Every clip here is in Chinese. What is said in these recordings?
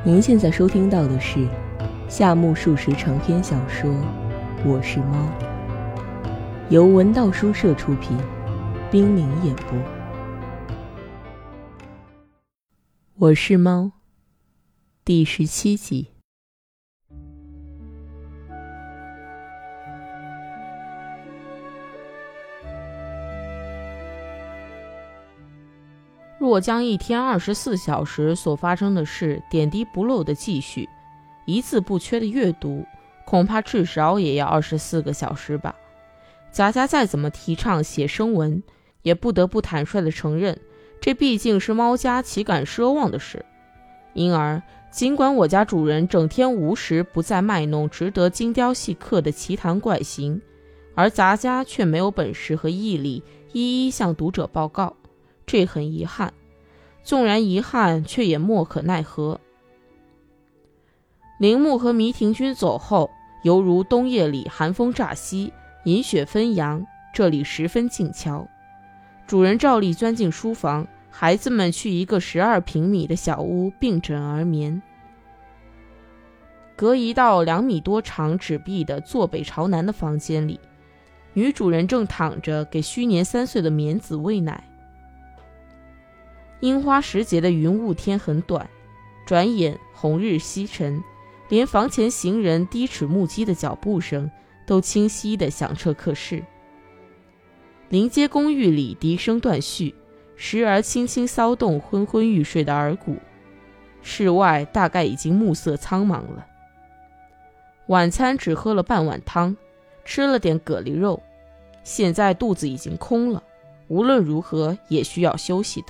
您现在收听到的是夏目漱石长篇小说《我是猫》，由文道书社出品，冰凌演播。我是猫第17集。 若将一天24小时所发生的事点滴不漏的记叙，一字不缺的阅读，恐怕至少也要24个小时吧。贾家再怎么提倡写生文，也不得不坦率地承认，这毕竟是猫家岂敢奢望的事。因而尽管我家主人整天无时不在卖弄值得精雕细刻的奇谈怪行，而贾家却没有本事和毅力一一向读者报告，这很遗憾，纵然遗憾，却也莫可奈何。铃木和弥廷君走后，犹如冬夜里寒风乍息，银雪纷扬，这里十分静悄。主人照例钻进书房，孩子们去一个12平米的小屋并枕而眠。隔一道2米多长纸壁的坐北朝南的房间里，女主人正躺着给虚年3岁的绵子喂奶。樱花时节的云雾天很短，转眼红日西沉，连房前行人低齿木屐的脚步声都清晰地响彻客室。临街公寓里笛声断续，时而轻轻骚动昏昏欲睡的耳骨。室外大概已经暮色苍茫了。晚餐只喝了半碗汤，吃了点蛤蜊肉，现在肚子已经空了，无论如何也需要休息的。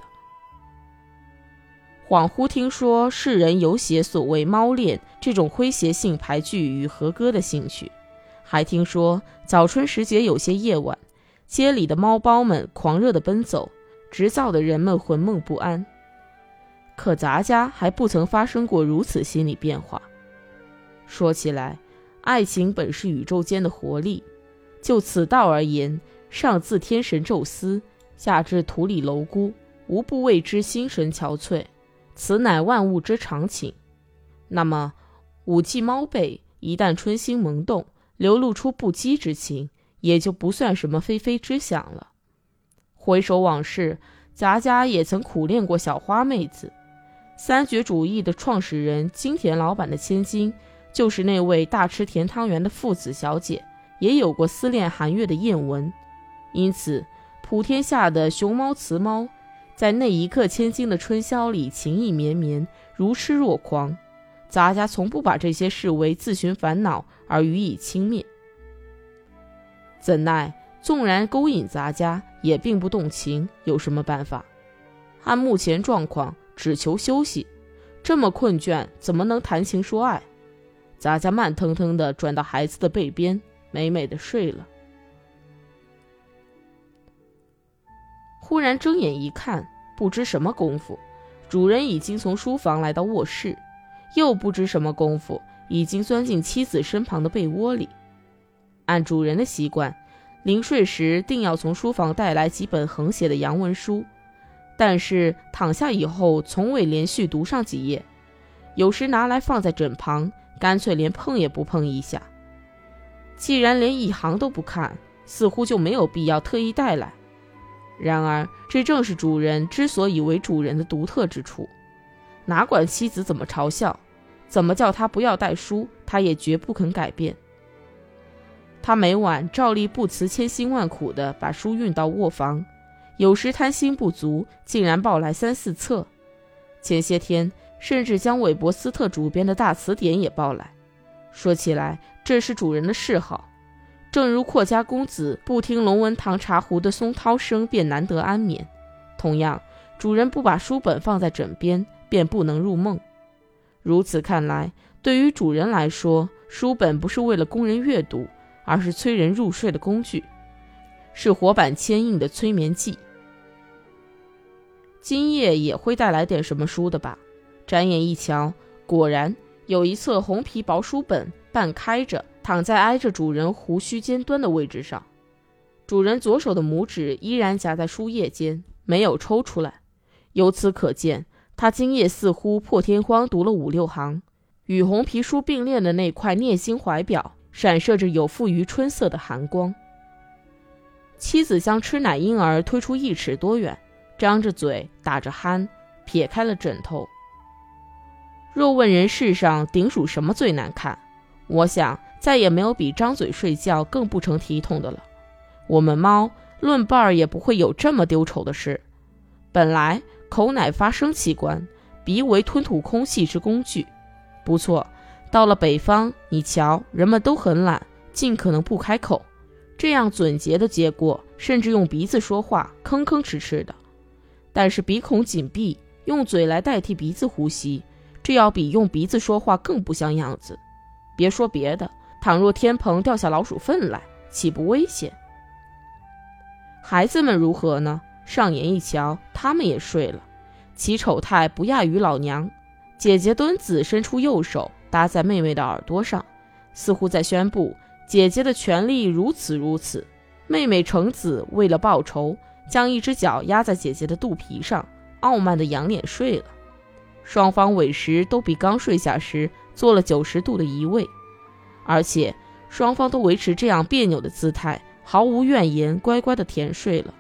恍惚听说世人有写所谓猫恋这种诙谐性俳句与和歌的兴趣，还听说早春时节有些夜晚，街里的猫胞们狂热地奔走，直躁的人们魂梦不安。可咱家还不曾发生过如此心理变化。说起来，爱情本是宇宙间的活力，就此道而言，上自天神宙斯，下至土里蝼蛄，无不为之心神憔悴，此乃万物之常情。那么五季猫辈一旦春心萌动，流露出不羁之情，也就不算什么非非之想了。回首往事，贾家也曾苦恋过小花妹子。三绝主义的创始人金田老板的千金，就是那位大吃甜汤圆的父子小姐，也有过思恋寒月的艳闻。因此普天下的熊猫雌猫在那一刻千金的春宵里情意绵绵，如痴若狂。咱家从不把这些视为自寻烦恼而予以轻蔑。怎奈纵然勾引咱家，也并不动情，有什么办法？按目前状况，只求休息，这么困倦，怎么能谈情说爱？咱家慢腾腾地转到孩子的背边，美美地睡了。忽然睁眼一看，不知什么功夫，主人已经从书房来到卧室，又不知什么功夫，已经钻进妻子身旁的被窝里。按主人的习惯，临睡时定要从书房带来几本横写的洋文书，但是躺下以后从未连续读上几页，有时拿来放在枕旁，干脆连碰也不碰一下。既然连一行都不看，似乎就没有必要特意带来。然而这正是主人之所以为主人的独特之处，哪管妻子怎么嘲笑，怎么叫他不要带书，他也绝不肯改变。他每晚照例不辞千辛万苦地把书运到卧房，有时贪心不足，竟然抱来3、4册。前些天甚至将韦伯斯特主编的大词典也抱来。说起来，这是主人的嗜好。正如阔家公子不听龙文堂茶壶的松涛声便难得安眠，同样主人不把书本放在枕边便不能入梦。如此看来，对于主人来说，书本不是为了供人阅读，而是催人入睡的工具，是活板牵印的催眠剂。今夜也会带来点什么书的吧？转眼一瞧，果然有一册红皮薄书本半开着，躺在挨着主人胡须尖端的位置上。主人左手的拇指依然夹在书页间，没有抽出来。由此可见， 他今夜似乎破天荒读了5、6行，与红皮书并列的那块聂心怀表闪射着有负于春色的寒光。妻子将吃奶婴儿推出1尺多远，张着嘴打着鼾，撇开了枕头。若问人世上顶属什么最难看，我想再也没有比张嘴睡觉更不成体统的了。我们猫论辈儿也不会有这么丢丑的事。本来口乃发声器官，鼻为吞吐空气之工具。不错，到了北方，你瞧，人们都很懒，尽可能不开口，这样准结的结果，甚至用鼻子说话，吭吭哧哧的。但是鼻孔紧闭，用嘴来代替鼻子呼吸，这要比用鼻子说话更不像样子。别说别的，倘若天棚掉下老鼠粪来，岂不危险？孩子们如何呢？上眼一瞧，他们也睡了，其丑态不亚于老娘。姐姐敦子伸出右手搭在妹妹的耳朵上，似乎在宣布姐姐的权力如此如此。妹妹橙子为了报仇，将一只脚压在姐姐的肚皮上，傲慢地仰脸睡了。双方委实都比刚睡下时做了90度的移位，而且双方都维持这样别扭的姿态，毫无怨言，乖乖地甜睡了。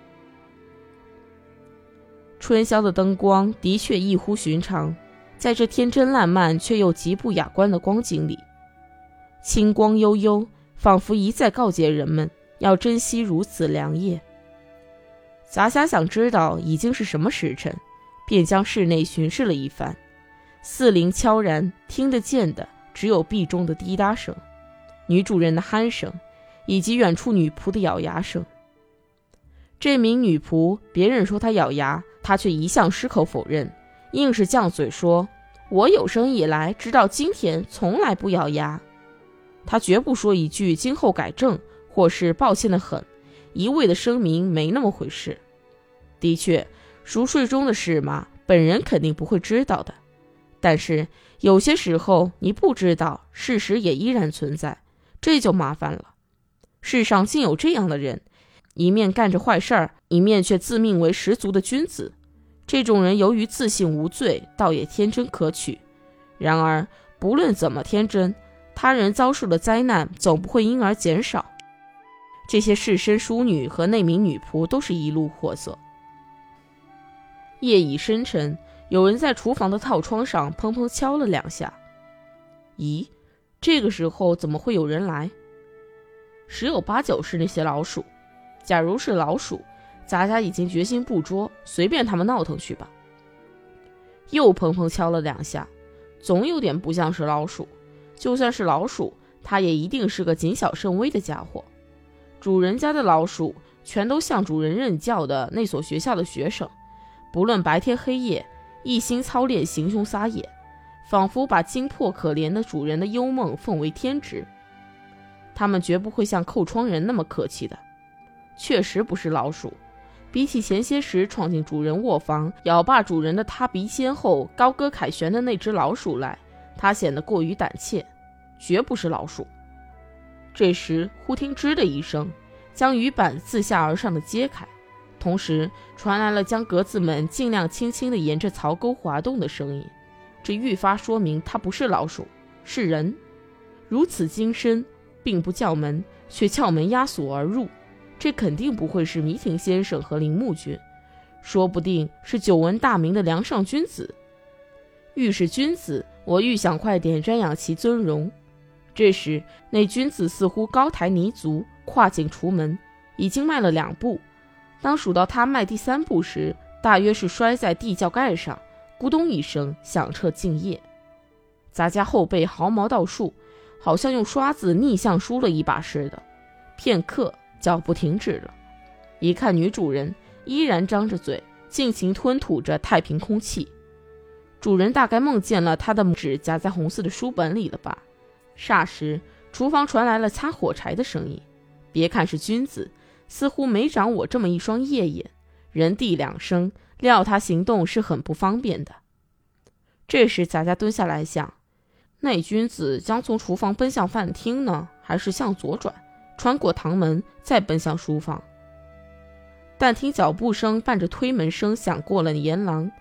春宵的灯光的确异乎寻常，在这天真烂漫却又极不雅观的光景里，清光悠悠，仿佛一再告诫人们要珍惜如此良夜。杂侠想知道已经是什么时辰，便将室内巡视了一番。四邻悄然，听得见的只有壁中的滴答声、女主人的鼾声，以及远处女仆的咬牙声。这名女仆，别人说她咬牙，她却一向矢口否认，硬是犟嘴说：“我有生以来直到今天从来不咬牙。”她绝不说一句今后改正，或是抱歉的很，一味的声明没那么回事。的确，熟睡中的事嘛，本人肯定不会知道的。但是有些时候你不知道，事实也依然存在，这就麻烦了。世上竟有这样的人，一面干着坏事儿，一面却自命为十足的君子。这种人由于自信无罪，倒也天真可取。然而不论怎么天真，他人遭受的灾难总不会因而减少。这些士绅淑女和那名女仆都是一路货色。夜已深沉，有人在厨房的套窗上砰砰敲了2下。咦，这个时候怎么会有人来？十有八九是那些老鼠。假如是老鼠，杂家已经决心不捉，随便他们闹腾去吧。又砰砰敲了2下，总有点不像是老鼠。就算是老鼠，它也一定是个谨小慎微的家伙。主人家的老鼠全都像主人任教的那所学校的学生，不论白天黑夜，一心操练行凶撒野，仿佛把惊魄可怜的主人的幽梦奉为天职。他们绝不会像扣窗人那么客气的。确实不是老鼠，比起前些时闯进主人卧房，咬罢主人的塌鼻仙后高歌凯旋的那只老鼠来，它显得过于胆怯，绝不是老鼠。这时忽听吱的一声，将鱼板自下而上的揭开，同时传来了将格子们尽量轻轻地沿着槽沟滑动的声音。这愈发说明它不是老鼠，是人。如此精深，并不叫门，却撬门压锁而入，这肯定不会是弥亭先生和铃木君，说不定是久闻大名的梁上君子。愈是君子，我愈想快点瞻仰其尊容。这时那君子似乎高抬泥足，跨进厨门，已经迈了2步。当数到他迈第3步时，大约是摔在地窖盖上，咕咚一声响彻静夜。杂家后背毫毛倒竖，好像用刷子逆向梳了一把似的。片刻脚步停止了，一看女主人依然张着嘴，尽情吞吐着太平空气。主人大概梦见了他的拇指夹在红色的书本里了吧。霎时厨房传来了擦火柴的声音。别看是君子，似乎没长我这么一双夜眼，人地2生，料他行动是很不方便的。这时杂家蹲下来想，那君子将从厨房奔向饭厅呢，还是向左转，穿过堂门再奔向书房？但听脚步声伴着推门声响过了檐廊，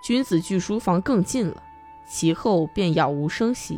君子距书房更近了，其后便杳无声息。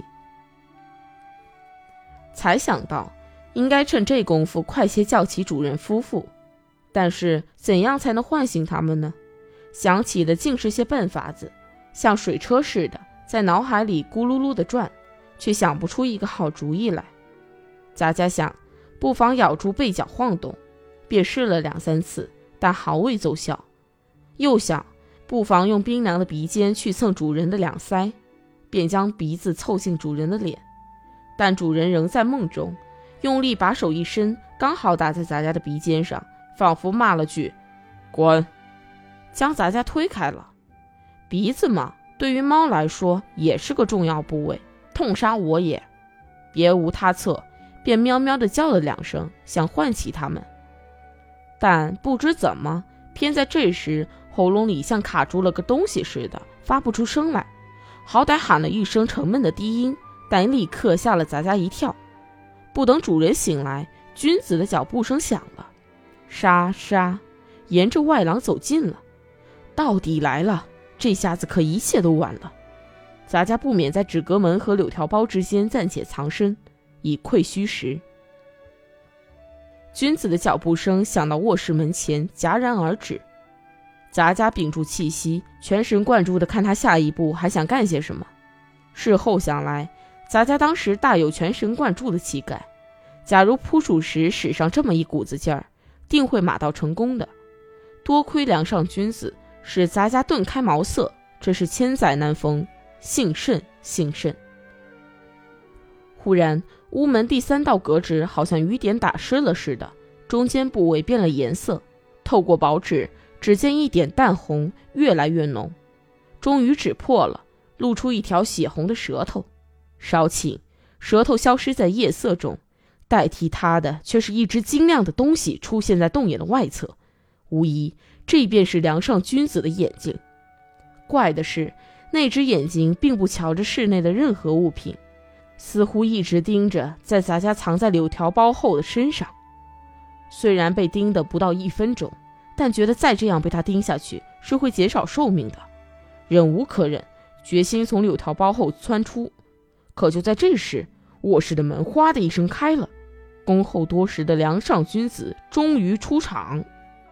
才想到应该趁这功夫快些叫起主人夫妇，但是怎样才能唤醒他们呢？想起的竟是些笨法子，像水车似的在脑海里咕噜噜地转，却想不出一个好主意来。杂家想，不妨咬住被角晃动，便试了2-3次，但毫未奏效。又想，不妨用冰凉的鼻尖去蹭主人的两腮，便将鼻子凑近主人的脸，但主人仍在梦中，用力把手一伸，刚好打在杂家的鼻尖上，仿佛骂了句滚，将杂家推开了。鼻子嘛，对于猫来说也是个重要部位，痛杀我也。别无他策，便喵喵地叫了2声，想唤起它们。但不知怎么，偏在这时喉咙里像卡住了个东西似的，发不出声来。好歹喊了一声沉闷的低音，但立刻吓了杂家一跳。不等主人醒来，君子的脚步声响了，沙沙，沿着外廊走近了。到底来了，这下子可一切都晚了。杂家不免在纸阁门和柳条包之间暂且藏身，以窥虚实。君子的脚步声响到卧室门前，戛然而止。杂家屏住气息，全神贯注地看他下一步还想干些什么。事后想来，杂家当时大有全神贯注的气概，假如扑鼠时使上这么一股子劲儿，定会马到成功的。多亏梁上君子，使杂家顿开茅塞，这是千载难逢，幸甚幸甚。忽然屋门第3道格纸好像雨点打湿了似的，中间部位变了颜色，透过薄纸，只见一点淡红，越来越浓，终于纸破了，露出一条血红的舌头。稍顷，舌头消失在夜色中，代替它的却是一只晶亮的东西出现在洞眼的外侧。无疑，这便是梁上君子的眼睛。怪的是，那只眼睛并不瞧着室内的任何物品，似乎一直盯着在杂家藏在柳条包后的身上。虽然被盯得不到1分钟，但觉得再这样被他盯下去是会减少寿命的，忍无可忍，决心从柳条包后窜出。可就在这时，卧室的门哗的一声开了，恭候多时的梁上君子终于出场。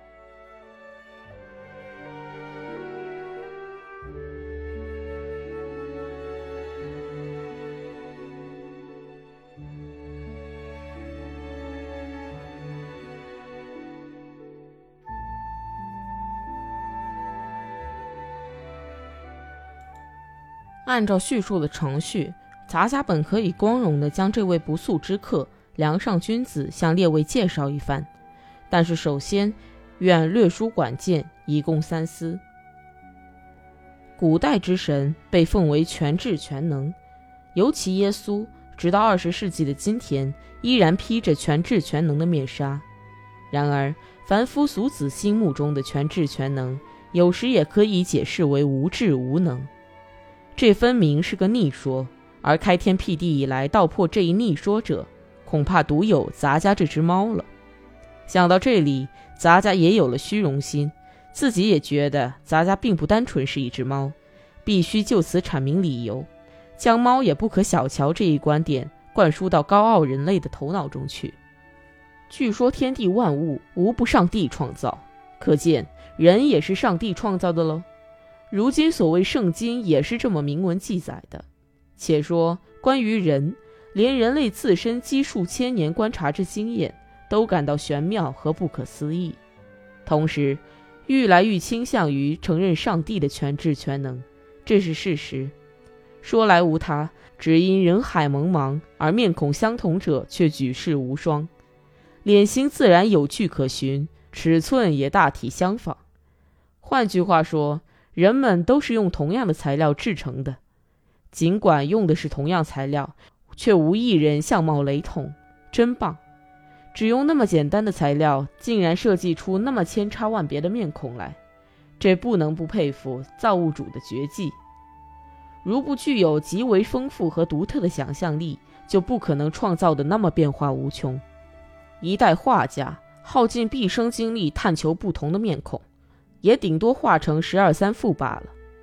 按照叙述的程序，杂家本可以光荣地将这位不速之客梁上君子向列位介绍一番，但是首先愿略抒管见，以供三思。古代之神被奉为全智全能，尤其耶稣直到20世纪的今天依然披着全智全能的面纱。然而凡夫俗子心目中的全智全能，有时也可以解释为无智无能，这分明是个逆说，而开天辟地以来道破这一逆说者，恐怕独有杂家这只猫了。想到这里，杂家也有了虚荣心，自己也觉得杂家并不单纯是一只猫，必须就此阐明理由，将猫也不可小瞧这一观点灌输到高傲人类的头脑中去。据说天地万物无不上帝创造，可见人也是上帝创造的喽。如今所谓圣经也是这么明文记载的。且说关于人，连人类自身积数千年观察之经验都感到玄妙和不可思议，同时愈来愈倾向于承认上帝的全智全能，这是事实。说来无他，只因人海茫茫，而面孔相同者却举世无双，脸型自然有据可循，尺寸也大体相仿。换句话说，人们都是用同样的材料制成的，尽管用的是同样材料，却无一人相貌雷同，真棒！只用那么简单的材料，竟然设计出那么千差万别的面孔来，这不能不佩服造物主的绝技。如不具有极为丰富和独特的想象力，就不可能创造的那么变化无穷。一代画家耗尽毕生精力探求不同的面孔，也顶多画成12、13幅罢了。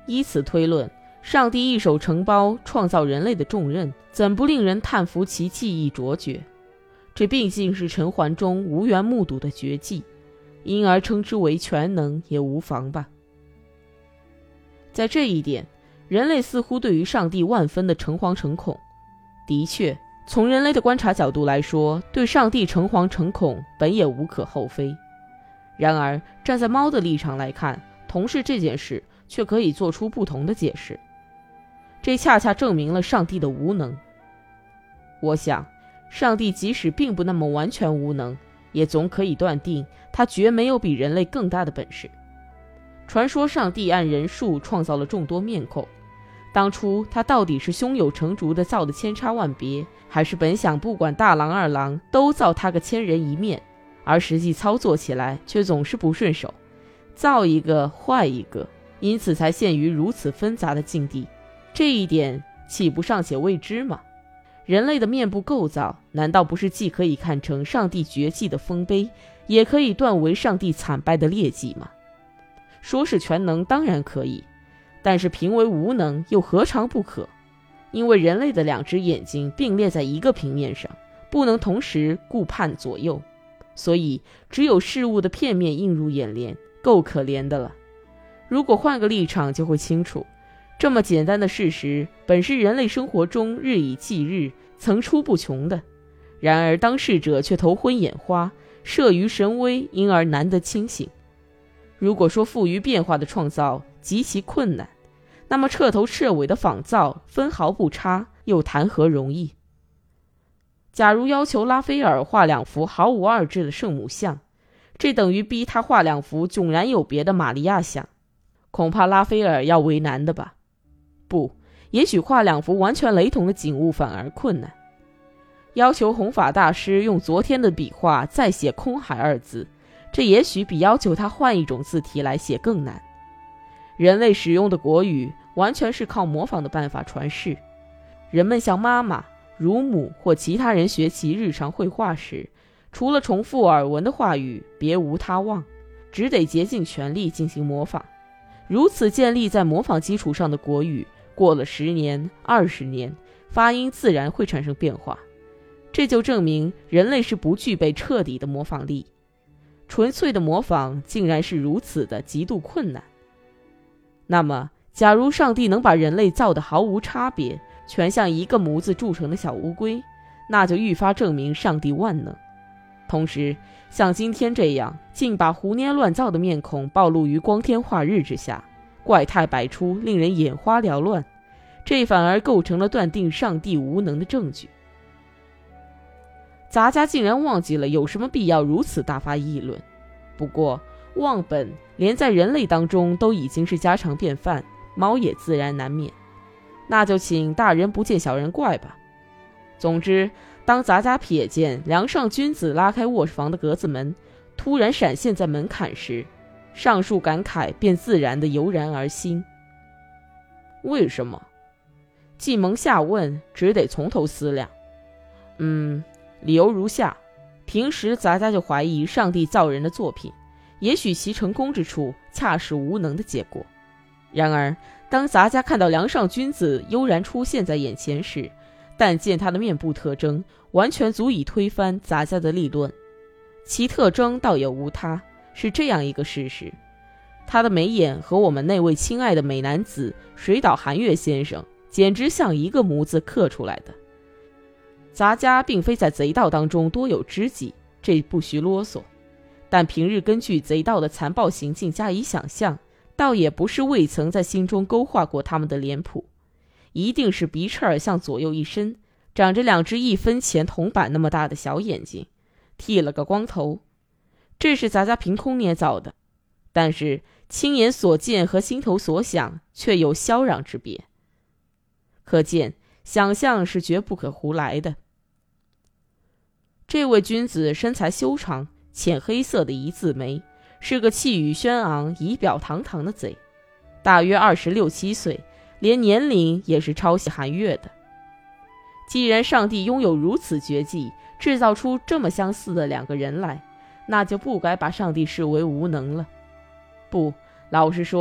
依此推论，上帝一手承包创造人类的重任，怎不令人叹服其技艺卓绝？这毕竟是陈寰中无缘目睹的绝技，因而称之为全能也无妨吧。在这一点，人类似乎对于上帝万分的诚惶诚恐。的确，从人类的观察角度来说，对上帝诚惶诚恐本也无可厚非。然而站在猫的立场来看，同是这件事却可以做出不同的解释，这恰恰证明了上帝的无能。我想上帝即使并不那么完全无能，也总可以断定他绝没有比人类更大的本事。传说上帝按人数创造了众多面孔，当初他到底是胸有成竹的造的千差万别，还是本想不管大郎二郎都造他个千人一面，而实际操作起来却总是不顺手，造一个坏一个，因此才陷于如此纷杂的境地。这一点岂不尚且未知吗？人类的面部构造难道不是既可以看成上帝绝技的丰碑，也可以断为上帝惨败的劣迹吗？说是全能当然可以，但是评为无能又何尝不可？因为人类的两只眼睛并列在一个平面上，不能同时顾盼左右，所以只有事物的片面映入眼帘，够可怜的了。如果换个立场就会清楚，这么简单的事实本是人类生活中日以继日层出不穷的，然而当事者却头昏眼花，摄于神威，因而难得清醒。如果说富于变化的创造极其困难，那么彻头彻尾的仿造分毫不差，又谈何容易？假如要求拉斐尔画两幅毫无二致的圣母像，这等于逼他画两幅迥然有别的玛利亚像，恐怕拉斐尔要为难的吧？不，也许画两幅完全雷同的景物反而困难。要求弘法大师用昨天的笔画再写空海二字，这也许比要求他换一种字体来写更难。人类使用的国语完全是靠模仿的办法传世，人们向妈妈、乳母或其他人学习日常绘画时，除了重复耳闻的话语，别无他望，只得竭尽全力进行模仿。如此建立在模仿基础上的国语，过了10年、20年，发音自然会产生变化。这就证明人类是不具备彻底的模仿力，纯粹的模仿竟然是如此的极度困难。那么假如上帝能把人类造得毫无差别，全像一个模子铸成的小乌龟，那就愈发证明上帝万能。同时像今天这样竟把胡捏乱造的面孔暴露于光天化日之下，怪态百出，令人眼花缭乱，这反而构成了断定上帝无能的证据。杂家竟然忘记了有什么必要如此大发议论，不过忘本连在人类当中都已经是家常便饭，猫也自然难免，那就请大人不见小人怪吧。总之，当杂家瞥见梁上君子拉开卧房的格子门，突然闪现在门槛时，上述感慨便自然地油然而sinh。为什么？既蒙下问，只得从头思量。理由如下：平时杂家就怀疑上帝造人的作品，也许其成功之处恰是无能的结果。然而当杂家看到梁上君子悠然出现在眼前时，但见他的面部特征完全足以推翻杂家的立论。其特征倒也无他，是这样一个事实：他的眉眼和我们那位亲爱的美男子水岛寒月先生简直像一个模子刻出来的。杂家并非在贼盗当中多有知己，这不需啰嗦，但平日根据贼盗的残暴行径加以想象，倒也不是未曾在心中勾画过他们的脸谱，一定是鼻翅儿向左右一伸，长着2只1分钱铜板那么大的小眼睛，剃了个光头。这是杂家凭空捏造的，但是亲眼所见和心头所想却有霄壤之别，可见想象是绝不可胡来的。这位君子身材修长，浅黑色的一字眉，是个气宇轩昂、仪表堂堂的贼，大约26、7岁，连年龄也是抄袭韩月的。既然上帝拥有如此绝技，制造出这么相似的2个人来，那就不该把上帝视为无能了。不，老实说，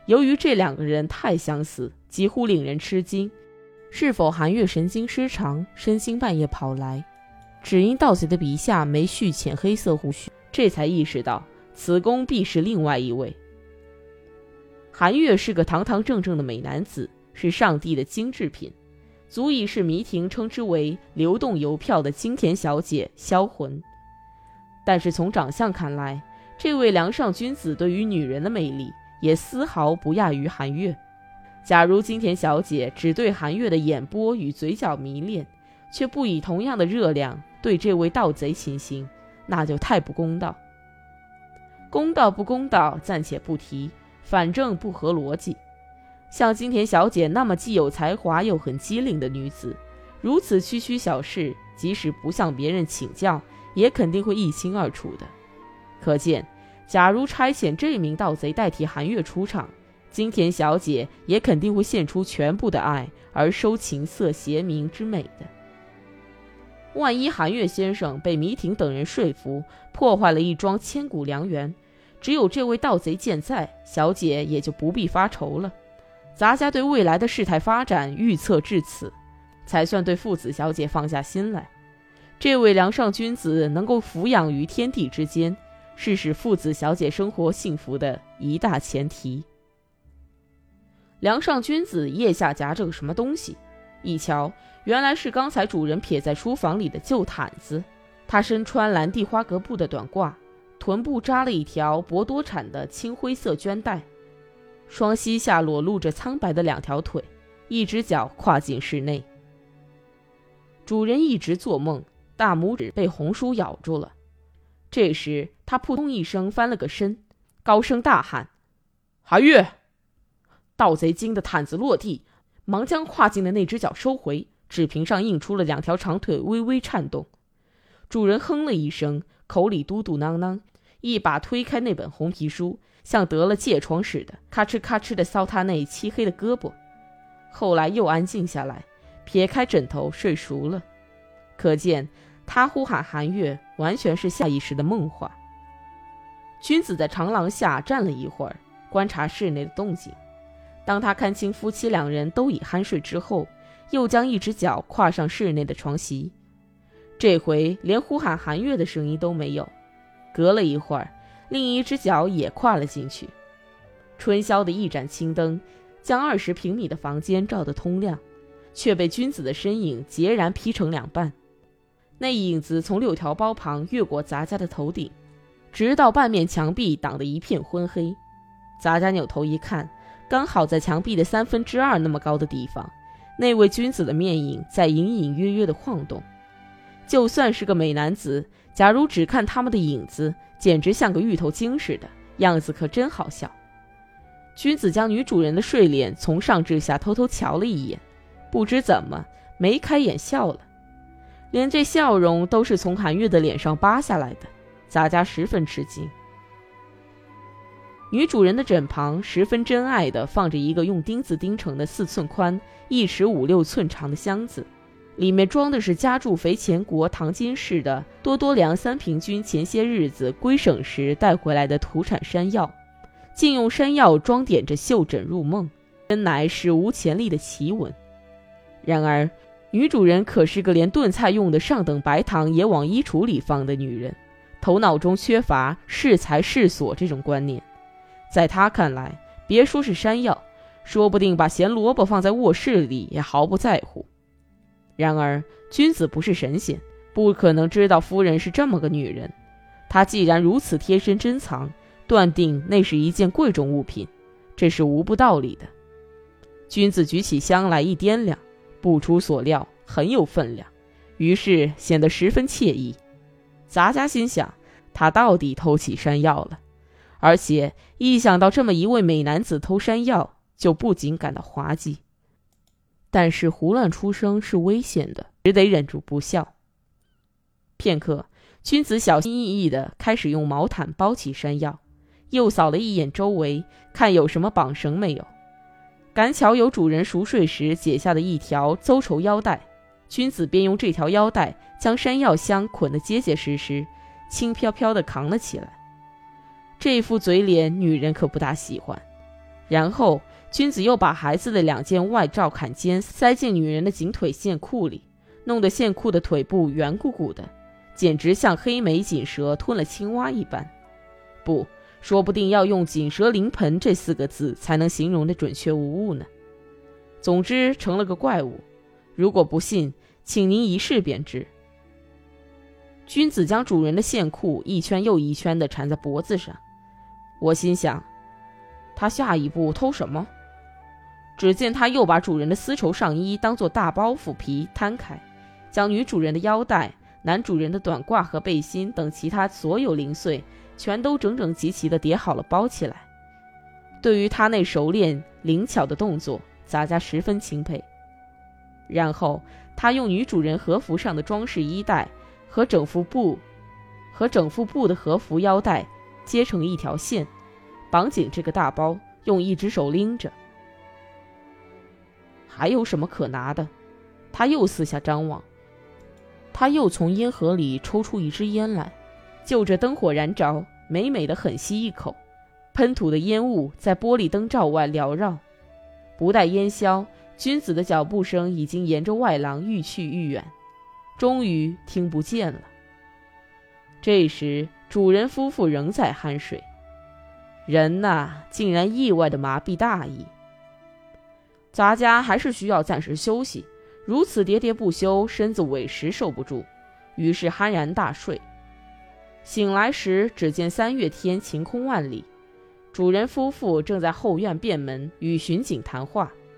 由于这两个人太相似，几乎令人吃惊。是否韩月神经失常，深更半夜跑来？只因盗贼的鼻下没蓄浅黑色胡须，这才意识到此公必是另外一位。韩月是个堂堂正正的美男子，是上帝的精致品，足以使迷婷称之为流动邮票的金田小姐销魂。但是从长相看来，这位梁上君子对于女人的魅力也丝毫不亚于韩月。假如金田小姐只对韩月的眼波与嘴角迷恋，却不以同样的热量对这位盗贼倾心，那就太不公道。公道不公道暂且不提，反正不合逻辑。像金田小姐那么既有才华又很机灵的女子，如此区区小事，即使不向别人请教，也肯定会一清二楚的。可见，假如差遣这名盗贼代替韩月出场，金田小姐也肯定会献出全部的爱，而收情色邪名之美的。万一韩月先生被迷婷等人说服，破坏了一桩千古良缘，只有这位盗贼健在，小姐也就不必发愁了。咱家对未来的事态发展预测至此，才算对父子小姐放下心来。这位梁上君子能够俯仰于天地之间，是使父子小姐生活幸福的一大前提。梁上君子腋下夹着个什么东西，一瞧，原来是刚才主人撇在书房里的旧毯子。他身穿蓝地花格布的短褂，臀部扎了一条薄多产的青灰色绢带，双膝下裸露着苍白的两条腿，一只脚跨进室内。主人一直做梦，大拇指被红书咬住了。这时他扑通一声翻了个身，高声大喊：韩月！盗贼惊得毯子落地，忙将跨进的那只脚收回，纸屏上映出了两条长腿微微颤动。主人哼了一声，口里嘟嘟囔囔，一把推开那本红皮书，像得了疥疮似的咔哧咔哧地搔他那漆黑的胳膊。后来又安静下来，撇开枕头睡熟了。可见他呼喊韩月完全是下意识的梦话。君子在长廊下站了一会儿，观察室内的动静。当他看清夫妻两人都已酣睡之后，又将一只脚跨上室内的床席。这回连呼喊韩月的声音都没有。隔了一会儿，另一只脚也跨了进去。春宵的一盏青灯将20平米的房间照得通亮，却被君子的身影截然劈成两半。那影子从6条包旁越过杂家的头顶，直到半面墙壁挡得一片昏黑。杂家扭头一看，刚好在墙壁的2/3那么高的地方，那位君子的面影在隐隐约约地晃动。就算是个美男子，假如只看他们的影子，简直像个芋头精似的，样子可真好笑。君子将女主人的睡脸从上至下偷偷瞧了一眼，不知怎么眉开眼笑了，连这笑容都是从韩月的脸上扒下来的，杂家十分吃惊。女主人的枕旁十分珍爱地放着一个用钉子钉成的4寸宽、1尺5、6寸长的箱子，里面装的是家住肥前国唐津市的多多良三平君前些日子归省时带回来的土产山药，竟用山药装点着绣枕入梦，真乃史无前例的奇闻。然而女主人可是个连炖菜用的上等白糖也往衣橱里放的女人，头脑中缺乏适才适所这种观念。在她看来，别说是山药，说不定把咸萝卜放在卧室里也毫不在乎。然而君子不是神仙，不可能知道夫人是这么个女人。她既然如此贴身珍藏，断定那是一件贵重物品，这是无不道理的。君子举起香来一掂量，不出所料很有分量，于是显得十分惬意。杂家心想，他到底偷起山药了，而且一想到这么一位美男子偷山药，就不禁感到滑稽。但是胡乱出声是危险的，只得忍住不笑。片刻，君子小心翼翼地开始用毛毯包起山药，又扫了一眼周围，看有什么绑绳没有。赶巧有主人熟睡时解下的一条邹绸腰带，君子便用这条腰带将山药箱捆得结结实实，轻飘飘地扛了起来。这副嘴脸女人可不大喜欢， 然后君子又把孩子的2件外罩坎肩塞进女人的颈腿线裤里，弄得线裤的腿部圆鼓鼓的，简直像黑莓锦蛇吞了青蛙一般。不，说不定要用锦蛇临盆这4个字才能形容的准确无误呢。总之成了个怪物，如果不信，请您一试便知。君子将主人的线裤一圈又一圈地缠在脖子上，我心想，他下一步偷什么？只见他又把主人的丝绸上衣当作大包袱皮摊开，将女主人的腰带、男主人的短褂和背心等其他所有零碎全都整整齐齐地叠好了包起来。对于他那熟练灵巧的动作，洒家十分钦佩。然后他用女主人和服上的装饰衣带和整副布的和服腰带接成一条线，绑紧这个大包，用一只手拎着。还有什么可拿的？他又四下张望，他又从烟盒里抽出一支烟来，就着灯火燃着，美美的狠吸一口，喷吐的烟雾在玻璃灯罩外缭绕。不待烟消，君子的脚步声已经沿着外廊愈去愈远，终于听不见了。这时主人夫妇仍在酣睡，人呐，竟然意外的麻痹大意。咱家还是需要暂时休息，如此喋喋不休，身子委实受不住，于是酣然大睡。醒来时，只见3月天晴空万里，主人夫妇正在后院便门与巡警谈话。